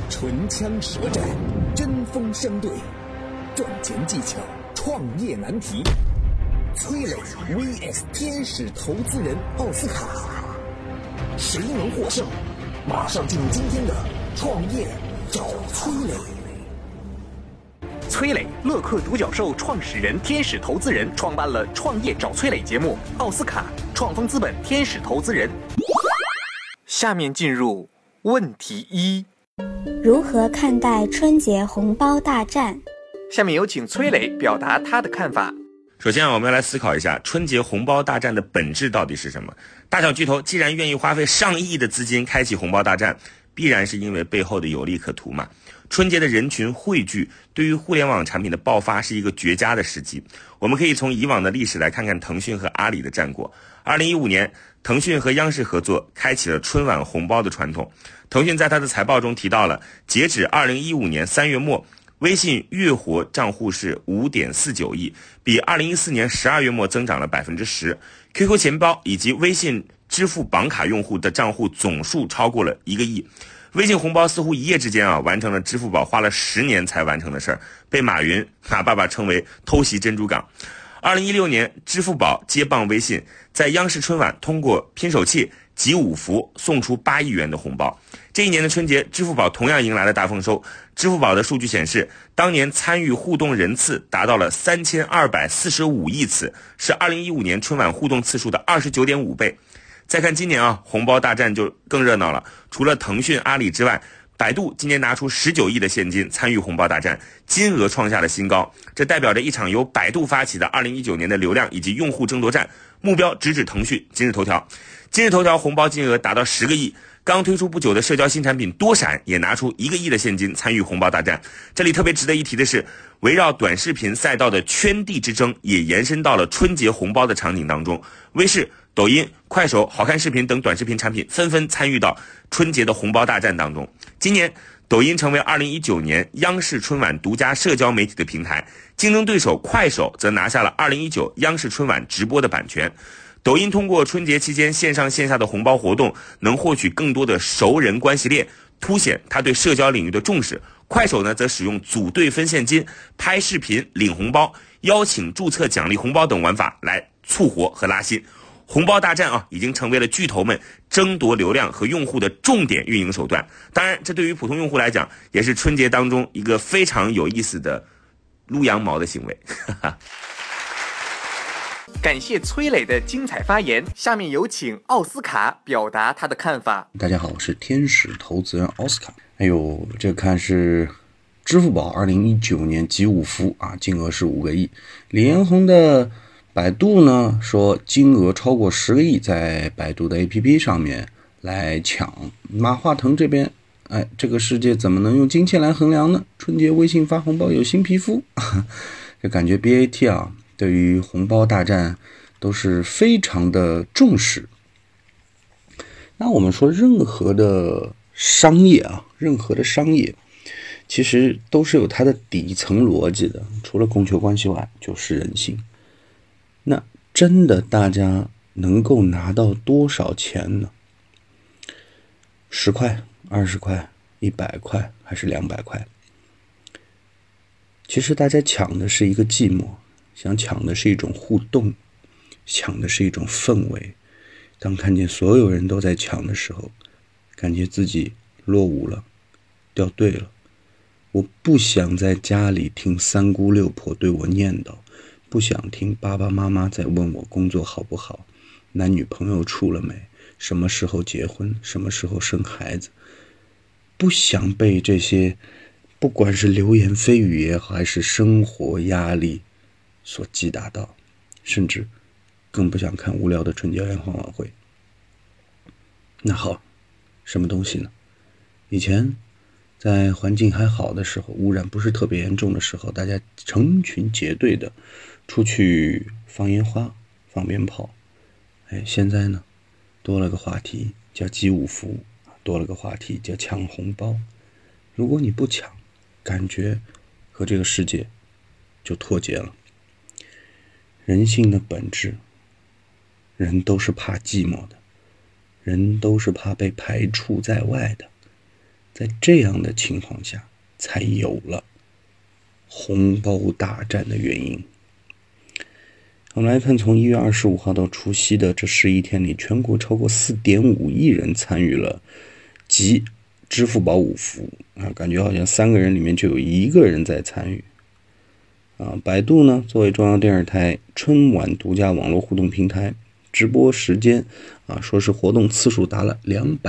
唇枪舌战，针锋相对，赚钱技巧，创业难题。崔磊 vs 天使投资人奥斯卡，谁能获胜？马上进入今天的创业找崔磊。崔磊，乐客独角兽创始人、天使投资人，创办了《创业找崔磊》节目。奥斯卡，创丰资本天使投资人。下面进入问题一： 如何看待春节红包大战？ 下面有请崔磊表达他的看法。 首先我们要来思考一下春节红包大战的本质到底是什么。大小巨头既然愿意花费上亿的资金开启红包大战，必然是因为背后的有利可图嘛。春节的人群汇聚对于互联网产品的爆发是一个绝佳的时机。我们可以从以往的历史来看看腾讯和阿里的战果。2015年，腾讯和央视合作开启了春晚红包的传统。腾讯在他的财报中提到了，截止2015年3月末，微信月活账户是 5.49 亿，比2014年12月末增长了 10%。QQ 钱包以及微信支付绑卡用户的账户总数超过了1个亿。微信红包似乎一夜之间完成了支付宝花了10年才完成的事儿，被马爸爸称为偷袭珍珠港。2016年，支付宝接棒微信，在央视春晚通过拼手气集5福送出8亿元的红包。这一年的春节，支付宝同样迎来了大丰收。支付宝的数据显示，当年参与互动人次达到了3245亿次，是2015年春晚互动次数的29.5倍。再看今年红包大战就更热闹了。除了腾讯、阿里之外，百度今年拿出19亿的现金参与红包大战，金额创下了新高。这代表着一场由百度发起的2019年的流量以及用户争夺战，目标直指腾讯、今日头条。今日头条红包金额达到10个亿。刚推出不久的社交新产品多闪也拿出1个亿的现金参与红包大战。这里特别值得一提的是，围绕短视频赛道的圈地之争也延伸到了春节红包的场景当中。微视、抖音、快手、好看视频等短视频产品纷纷参与到春节的红包大战当中。今年，抖音成为2019年央视春晚独家社交媒体的平台，竞争对手快手则拿下了2019央视春晚直播的版权。抖音通过春节期间线上线下的红包活动，能获取更多的熟人关系链，凸显他对社交领域的重视。快手呢，则使用组队分现金、拍视频领红包、邀请注册奖励红包等玩法来促活和拉新。红包大战已经成为了巨头们争夺流量和用户的重点运营手段。当然，这对于普通用户来讲，也是春节当中一个非常有意思的撸羊毛的行为。 感谢崔磊的精彩发言，下面有请奥斯卡表达他的看法。 大家好，我是天使投资人奥斯卡。这看是支付宝2019年集5福金额是5个亿。李彦宏的百度呢说金额超过10个亿，在百度的 APP 上面来抢。马化腾这边这个世界怎么能用金钱来衡量呢？春节微信发红包有新皮肤。这感觉 BAT 对于红包大战都是非常的重视。那我们说任何的商业其实都是有它的底层逻辑的，除了供求关系外就是人性。那真的大家能够拿到多少钱呢？10块、20块、100块还是200块？其实大家抢的是一个寂寞，想抢的是一种互动，抢的是一种氛围。当看见所有人都在抢的时候，感觉自己落伍了，掉队了。我不想在家里听三姑六婆对我念叨，不想听爸爸妈妈在问我工作好不好，男女朋友处了没，什么时候结婚，什么时候生孩子。不想被这些不管是流言蜚语也好，还是生活压力所击打到，甚至更不想看无聊的春节联欢晚会。那好，什么东西呢？以前在环境还好的时候，污染不是特别严重的时候，大家成群结队的出去放烟花放鞭炮。现在呢多了个话题叫集5福，多了个话题叫抢红包。如果你不抢，感觉和这个世界就脱节了。人性的本质，人都是怕寂寞的，人都是怕被排除在外的。 在这样的情况下，才有了红包大战的原因。我们来看，从1月25号到除夕的这11天里，全国超过 4.5 亿人参与了集支付宝5福感觉好像3个人里面就有1个人在参与百度呢，作为中央电视台春晚独家网络互动平台，直播时间说是活动次数达了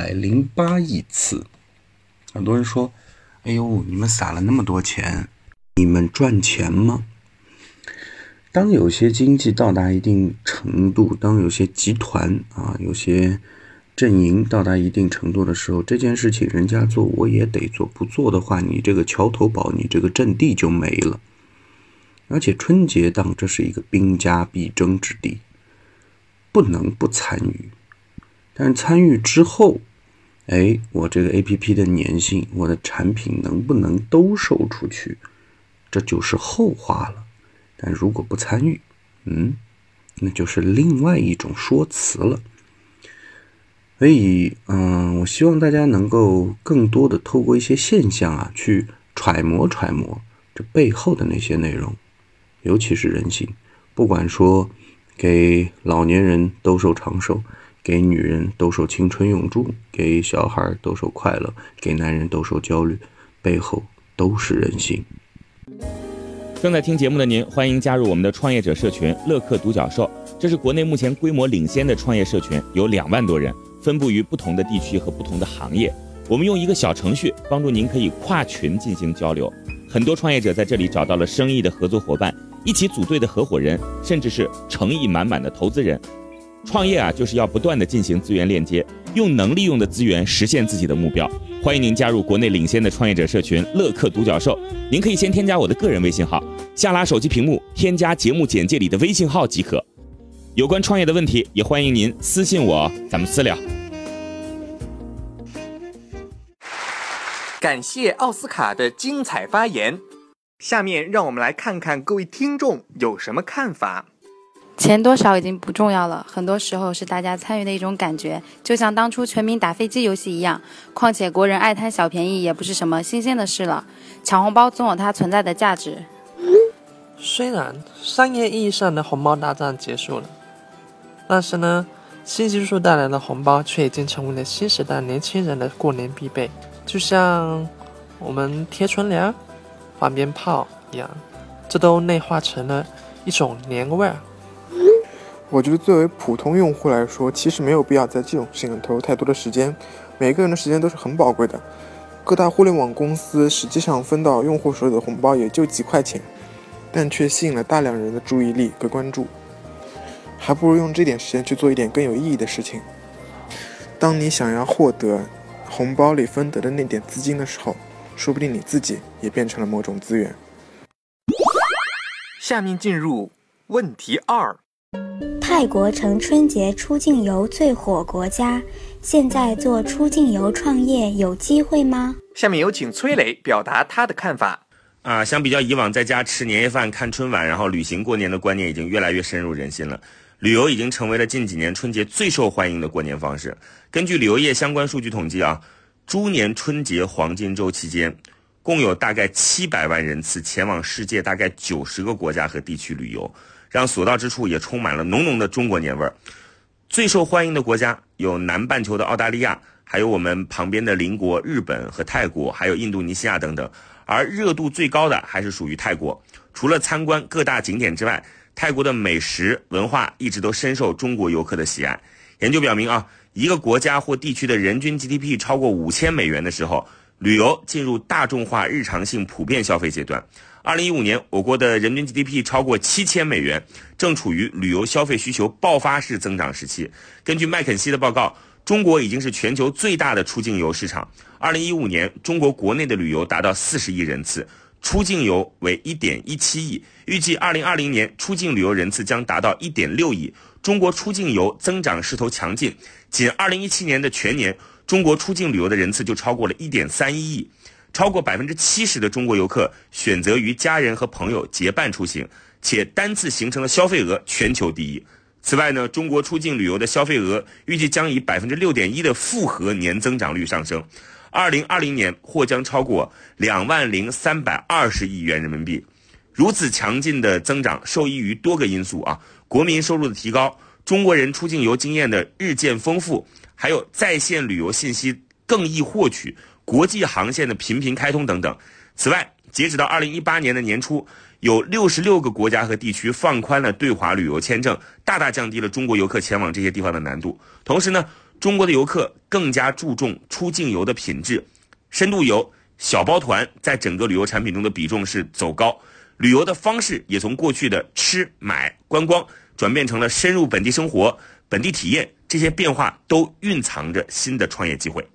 208亿次。很多人说，哎呦，你们撒了那么多钱，你们赚钱吗？当有些经济到达一定程度，当有些集团有些阵营到达一定程度的时候，这件事情人家做我也得做，不做的话你这个桥头堡，你这个阵地就没了。而且春节档这是一个兵家必争之地，不能不参与。但是参与之后，我这个 APP 的粘性，我的产品能不能兜售出去，这就是后话了。但如果不参与，那就是另外一种说辞了。所以我希望大家能够更多的透过一些现象去揣摩这背后的那些内容，尤其是人性。不管说给老年人兜售长寿，给女人兜售青春永驻，给小孩兜售快乐，给男人兜售焦虑，背后都是人性。 正在听节目的您，欢迎加入我们的创业者社群乐客独角兽，这是国内目前规模领先的创业社群，有2万多人，分布于不同的地区和不同的行业。我们用一个小程序帮助您可以跨群进行交流，很多创业者在这里找到了生意的合作伙伴，一起组队的合伙人，甚至是诚意满满的投资人。创业就是要不断的进行资源链接，用能利用的资源实现自己的目标。欢迎您加入国内领先的创业者社群乐客独角兽，您可以先添加我的个人微信号，下拉手机屏幕添加节目简介里的微信号即可。有关创业的问题，也欢迎您私信我，咱们私聊。 感谢奥斯卡的精彩发言。下面让我们来看看各位听众有什么看法。 钱多少已经不重要了，很多时候是大家参与的一种感觉，就像当初全民打飞机游戏一样。况且国人爱贪小便宜也不是什么新鲜的事了，抢红包总有它存在的价值。 虽然商业意义上的红包大战结束了，但是呢，新技术带来的红包却已经成为了新时代年轻人的过年必备，就像我们贴春联、放鞭炮一样，这都内化成了一种年味儿。 我觉得作为普通用户来说，其实没有必要在这种事情上投入太多的时间，每个人的时间都是很宝贵的。各大互联网公司实际上分到用户手里的红包也就几块钱，但却吸引了大量人的注意力和关注，还不如用这点时间去做一点更有意义的事情。当你想要获得红包里分得的那点资金的时候，说不定你自己也变成了某种资源。 下面进入问题2。 泰国成春节出境游最火国家，现在做出境游创业有机会吗？ 下面有请崔磊表达他的看法。 相比较以往在家吃年夜饭、看春晚，然后旅行过年的观念已经越来越深入人心了。旅游已经成为了近几年春节最受欢迎的过年方式。根据旅游业相关数据统计猪年春节黄金周期间，共有大概700万人次前往世界大概90个国家和地区旅游，让所到之处也充满了浓浓的中国年味儿。最受欢迎的国家有南半球的澳大利亚，还有我们旁边的邻国日本和泰国，还有印度尼西亚等等。而热度最高的还是属于泰国。除了参观各大景点之外，泰国的美食文化一直都深受中国游客的喜爱。研究表明一个国家或地区的人均 GDP 超过5000美元的时候，旅游进入大众化日常性普遍消费阶段。2015年，我国的人均 GDP 超过7000美元，正处于旅游消费需求爆发式增长时期。根据麦肯锡的报告，中国已经是全球最大的出境游市场。2015年，中国国内的旅游达到40亿人次，出境游为 1.17 亿，预计2020年出境旅游人次将达到 1.6 亿。中国出境游增长势头强劲，仅2017年的全年，中国出境旅游的人次就超过了 1.31 亿。超过 70% 的中国游客选择与家人和朋友结伴出行，且单次形成的消费额全球第一。此外呢，中国出境旅游的消费额预计将以 6.1% 的复合年增长率上升。 2020年或将超过20320亿元人民币。如此强劲的增长受益于多个因素啊，国民收入的提高，中国人出境游经验的日渐丰富，还有在线旅游信息更易获取，国际航线的频频开通等等。此外，截止到2018年的年初，有66个国家和地区放宽了对华旅游签证，大大降低了中国游客前往这些地方的难度。同时呢，中国的游客更加注重出境游的品质，深度游、小包团在整个旅游产品中的比重是走高，旅游的方式也从过去的吃、买、观光转变成了深入本地生活、本地体验，这些变化都蕴藏着新的创业机会。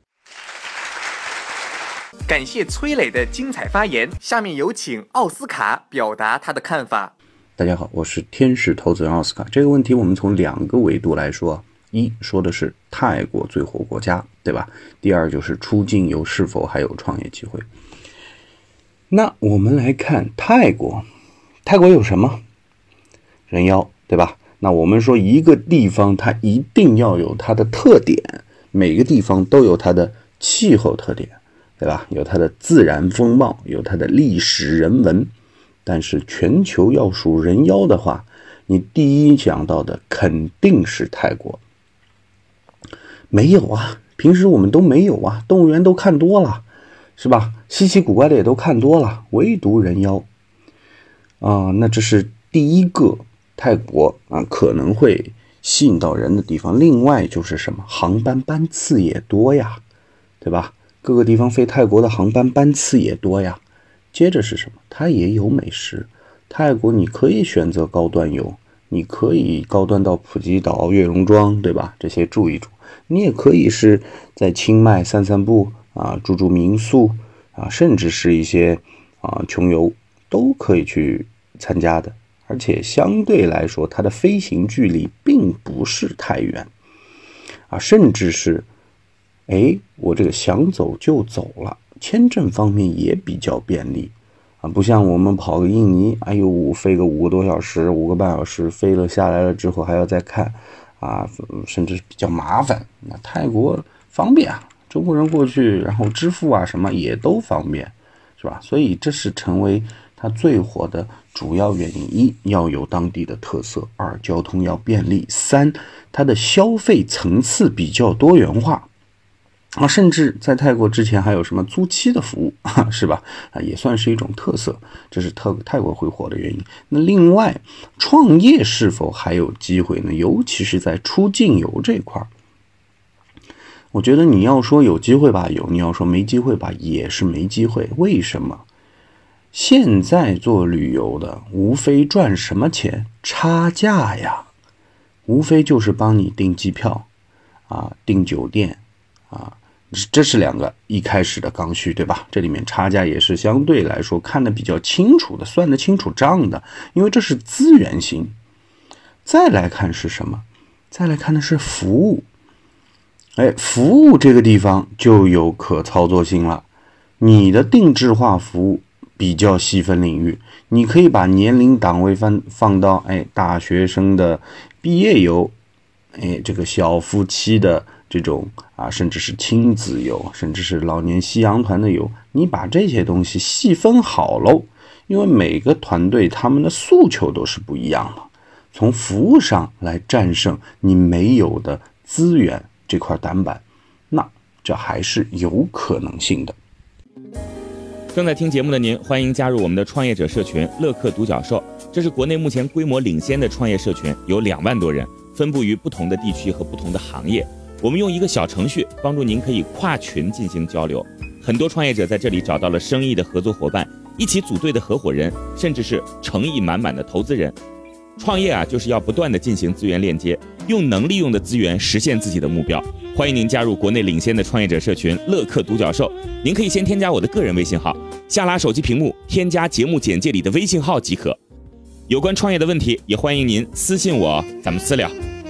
感谢崔磊的精彩发言，下面有请奥斯卡表达他的看法。 大家好，我是天使投资人奥斯卡。这个问题我们从2个维度来说，一说的是泰国最火国家，对吧？第二就是出境游是否还有创业机会。那我们来看泰国有什么？人妖，对吧？那我们说一个地方它一定要有它的特点，每个地方都有它的气候特点，对吧？有它的自然风貌，有它的历史人文。但是全球要数人妖的话，你第一想到的肯定是泰国。没有啊，平时我们都没有啊，动物园都看多了，是吧？稀奇古怪的也都看多了，唯独人妖那这是第一个泰国可能会吸引到人的地方。另外就是什么？航班班次也多呀，对吧？各个地方飞泰国的航班班次也多呀。接着是什么？它也有美食。泰国你可以选择高端游，你可以高端到普吉岛、月龙庄，对吧？这些住一住。你也可以是在清迈散散步住民宿甚至是一些穷游都可以去参加的。而且相对来说，它的飞行距离并不是太远甚至是我这个想走就走了，签证方面也比较便利不像我们跑个印尼，飞个5个多小时、5个半小时，飞了下来了之后还要再看甚至比较麻烦。那泰国方便中国人过去，然后支付什么也都方便，是吧？所以这是成为它最火的主要原因。一，要有当地的特色；二，交通要便利；三，它的消费层次比较多元化甚至在泰国之前还有什么租期的服务是吧？也算是一种特色，这是泰国会火的原因。那另外，创业是否还有机会呢？尤其是在出境游这块，我觉得你要说有机会吧，有；你要说没机会吧，也是没机会。为什么？现在做旅游的无非赚什么钱？差价呀，无非就是帮你订机票订酒店这是2个一开始的刚需，对吧？这里面差价也是相对来说看得比较清楚的，算得清楚账的，因为这是资源型。再来看是什么？再来看的是服务。服务这个地方就有可操作性了。你的定制化服务比较细分领域，你可以把年龄档位放到大学生的毕业游，这个小夫妻的这种甚至是亲子游，甚至是老年夕阳团的游，你把这些东西细分好喽。因为每个团队他们的诉求都是不一样的，从服务上来战胜你没有的资源这块单板，那这还是有可能性的。 正在听节目的您，欢迎加入我们的创业者社群乐客独角兽，这是国内目前规模领先的创业社群，有2万多人，分布于不同的地区和不同的行业。我们用一个小程序帮助您可以跨群进行交流，很多创业者在这里找到了生意的合作伙伴，一起组队的合伙人，甚至是诚意满满的投资人。创业就是要不断的进行资源链接，用能利用的资源实现自己的目标。欢迎您加入国内领先的创业者社群乐客独角兽，您可以先添加我的个人微信号，下拉手机屏幕添加节目简介里的微信号即可。有关创业的问题也欢迎您私信我，咱们私聊。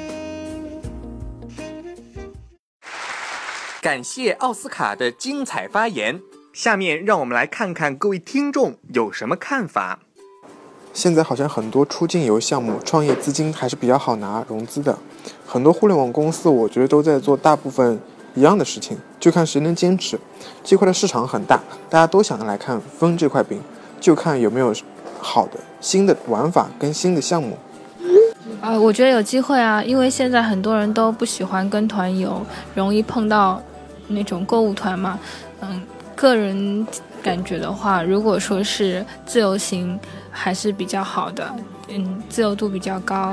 感谢奥斯卡的精彩发言，下面让我们来看看各位听众有什么看法。 现在好像很多出境游项目创业资金还是比较好拿融资的，很多互联网公司我觉得都在做大部分一样的事情，就就看谁能坚持。这块的市场很大，大家都想来看分这块饼，就看有没有好的新的玩法跟新的项目。 我觉得有机会啊，因为现在很多人都不喜欢跟团游，容易碰到那种购物团嘛。个人感觉的话，如果说是自由行还是比较好的，自由度比较高。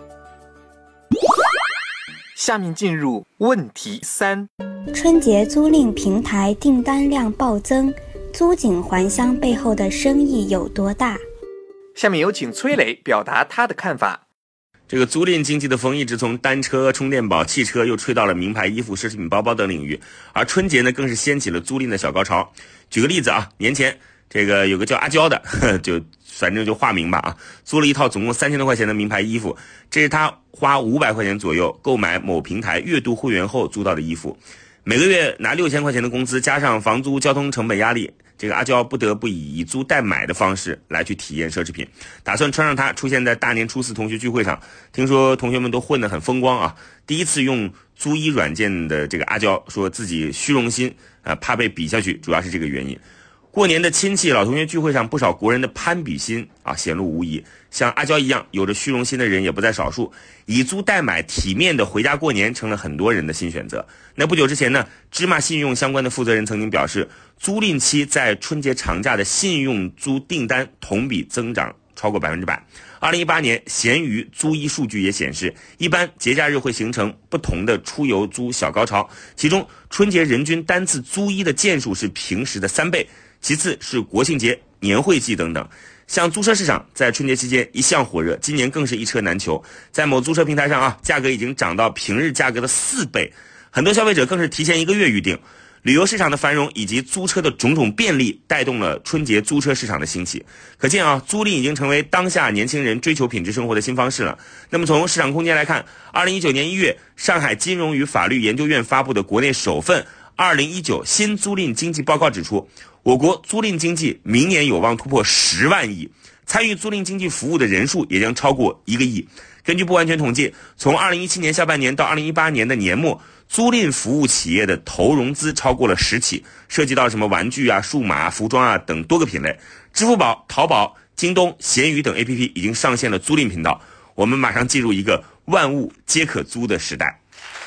下面进入问题3。 春节租赁平台订单量暴增，租景还乡背后的生意有多大？ 下面有请崔磊表达他的看法。 这个租赁经济的风一直从单车、充电宝、汽车又吹到了名牌衣服、奢侈品包包等领域，而春节呢更是掀起了租赁的小高潮。举个例子啊，年前这个有个叫阿娇的，就反正就化名吧啊，租了一套总共3000多块钱的名牌衣服，这是他花500块钱左右购买某平台月度会员后租到的衣服，每个月拿6000块钱的工资，加上房租、交通成本压力，这个阿娇不得不以租代买的方式来去体验奢侈品，打算穿上它出现在大年初4同学聚会上。听说同学们都混得很风光啊！第一次用租衣软件的这个阿娇说自己虚荣心怕被比下去，主要是这个原因。过年的亲戚老同学聚会上，不少国人的攀比心显露无遗。像阿娇一样有着虚荣心的人也不在少数，以租代买体面的回家过年成了很多人的新选择。那不久之前呢，芝麻信用相关的负责人曾经表示，租赁期在春节长假的信用租订单同比增长超过100%。2018年闲鱼租衣数据也显示，一般节假日会形成不同的出游租小高潮，其中春节人均单次租衣的件数是平时的3倍，其次是国庆节、年会季等等。像租车市场在春节期间一向火热，今年更是一车难求，在某租车平台上价格已经涨到平日价格的4倍，很多消费者更是提前1个月预定。旅游市场的繁荣以及租车的种种便利，带动了春节租车市场的兴起。可见租赁已经成为当下年轻人追求品质生活的新方式了。那么从市场空间来看，2019年1月，上海金融与法律研究院发布的国内首份2019新租赁经济报告指出，我国租赁经济明年有望突破10万亿，参与租赁经济服务的人数也将超过1个亿。根据不完全统计，从2017年下半年到2018年的年末，租赁服务企业的投融资超过了10起，涉及到什么玩具数码服装等多个品类。支付宝、淘宝、京东、闲鱼等 APP 已经上线了租赁频道，我们马上进入一个万物皆可租的时代。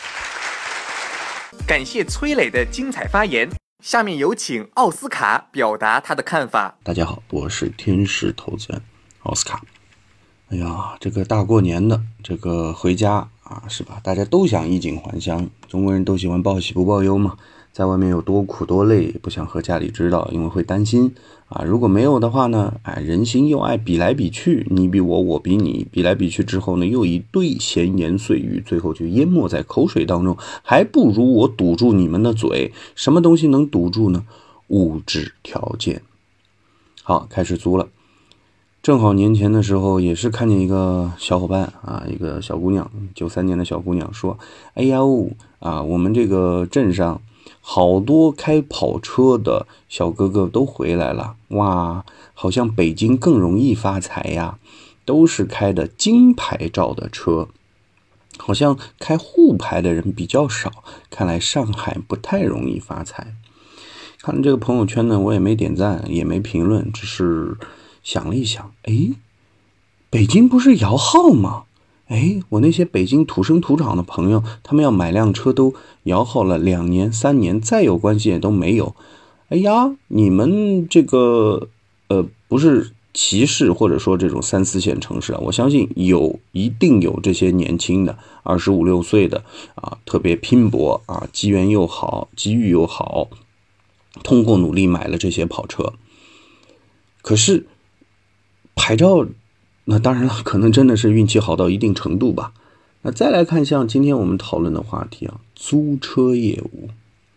感谢崔磊的精彩发言，下面有请奥斯卡表达他的看法。 大家好，我是天使投资人奥斯卡。哎呀，这个大过年的，这个回家是吧？大家都想衣锦还乡，中国人都喜欢报喜不报忧嘛，在外面有多苦多累，不想和家里知道，因为会担心如果没有的话呢，人心又爱比来比去，你比我，我比你，比来比去之后呢，又一堆闲言碎语，最后就淹没在口水当中，还不如我堵住你们的嘴。什么东西能堵住呢？物质条件。好，开始租了。正好年前的时候也是看见一个小伙伴一个小姑娘，93年的小姑娘说，哎呀我们这个镇上好多开跑车的小哥哥都回来了，哇，好像北京更容易发财呀，都是开的金牌照的车，好像开沪牌的人比较少，看来上海不太容易发财。看了这个朋友圈呢，我也没点赞也没评论，只是想了一想，北京不是摇号吗？我那些北京土生土长的朋友，他们要买辆车都摇号了2年3年，再有关系也都没有。你们这个不是歧视或者说这种3、4线城市我相信一定有这些年轻的25、26岁的特别拼搏机缘又好，机遇又好，通过努力买了这些跑车。可是牌照那当然了，可能真的是运气好到一定程度吧。那再来看像今天我们讨论的话题租车业务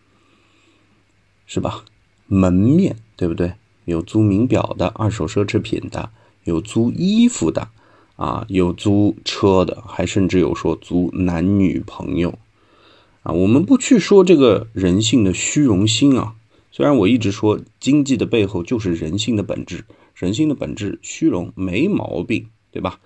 是吧？门面对不对？有租名表的，二手奢侈品的，有租衣服的有租车的，还甚至有说租男女朋友我们不去说这个人性的虚荣心虽然我一直说经济的背后就是人性的本质，人性的本质虚荣没毛病，对吧？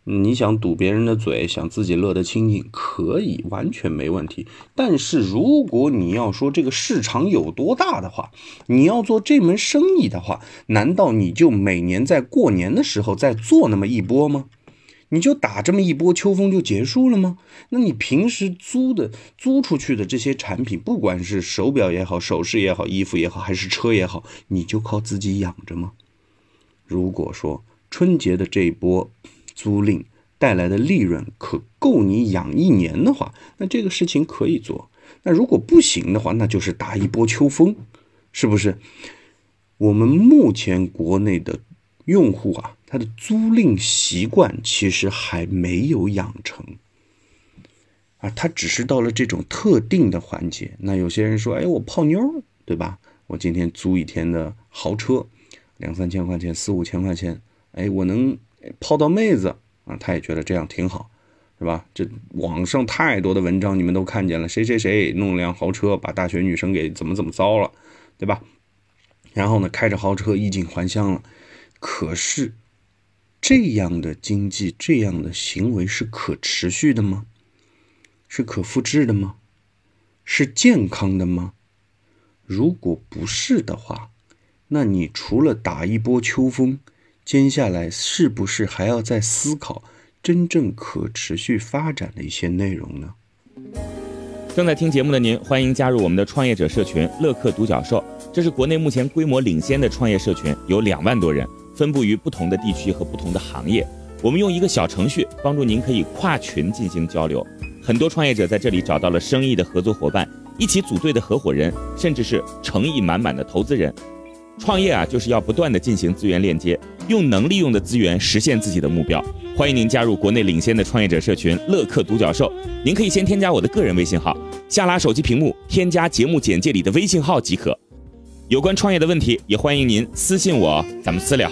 你想堵别人的嘴，想自己乐得清净，可以，完全没问题。但是如果你要说这个市场有多大的话，你要做这门生意的话，难道你就每年在过年的时候再做那么一波吗？你就打这么一波秋风就结束了吗？那你平时租出去的这些产品，不管是手表也好，首饰也好，衣服也好，还是车也好，你就靠自己养着吗？如果说春节的这一波租赁带来的利润可够你养1年的话，那这个事情可以做。那如果不行的话，那就是打一波秋风，是不是？我们目前国内的用户啊，他的租赁习惯其实还没有养成啊，他只是到了这种特定的环节。那有些人说，哎，我泡妞，对吧？我今天租一天的豪车，2-3千块钱，4-5千块钱，哎，我能泡到妹子啊，他也觉得这样挺好，是吧？这网上太多的文章你们都看见了，谁谁谁弄辆豪车把大学女生给怎么糟了，对吧？然后呢，开着豪车衣锦还乡了。可是这样的经济，这样的行为是可持续的吗？是可复制的吗？是健康的吗？如果不是的话，那你除了打一波秋风，接下来是不是还要再思考真正可持续发展的一些内容呢？ 正在听节目的您，欢迎加入我们的创业者社群乐客独角兽，这是国内目前规模领先的创业社群，有2万多人，分布于不同的地区和不同的行业。我们用一个小程序帮助您可以跨群进行交流，很多创业者在这里找到了生意的合作伙伴，一起组队的合伙人，甚至是诚意满满的投资人。创业啊，就是要不断的进行资源链接，用能利用的资源实现自己的目标。欢迎您加入国内领先的创业者社群乐客独角兽，您可以先添加我的个人微信号，下拉手机屏幕添加节目简介里的微信号即可。有关创业的问题，也欢迎您私信我，咱们私聊。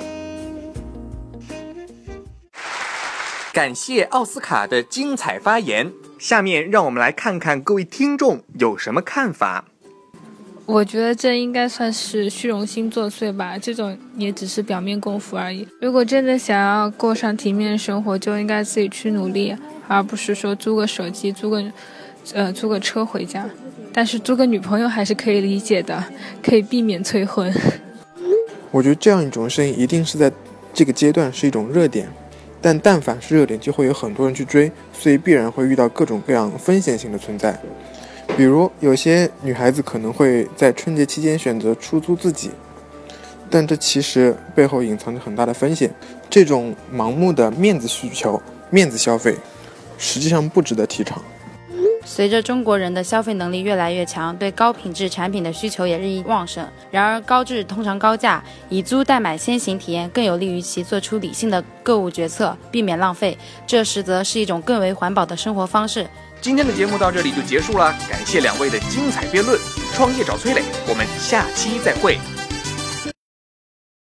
感谢奥斯卡的精彩发言，下面让我们来看看各位听众有什么看法。 我觉得这应该算是虚荣心作祟吧，这种也只是表面功夫而已。如果真的想要过上体面的生活，就应该自己去努力，而不是说租个手机、租个车回家。但是租个女朋友还是可以理解的，可以避免催婚。 我觉得这样一种生意一定是在这个阶段是一种热点，但凡是热点就会有很多人去追，所以必然会遇到各种各样风险性的存在。比如有些女孩子可能会在春节期间选择出租自己，但这其实背后隐藏着很大的风险。这种盲目的面子需求、面子消费实际上不值得提倡。 随着中国人的消费能力越来越强，对高品质产品的需求也日益旺盛。然而高质通常高价，以租代买先行体验更有利于其做出理性的购物决策，避免浪费，这实则是一种更为环保的生活方式。 今天的节目到这里就结束了，感谢2位的精彩辩论。创业找崔磊，我们下期再会。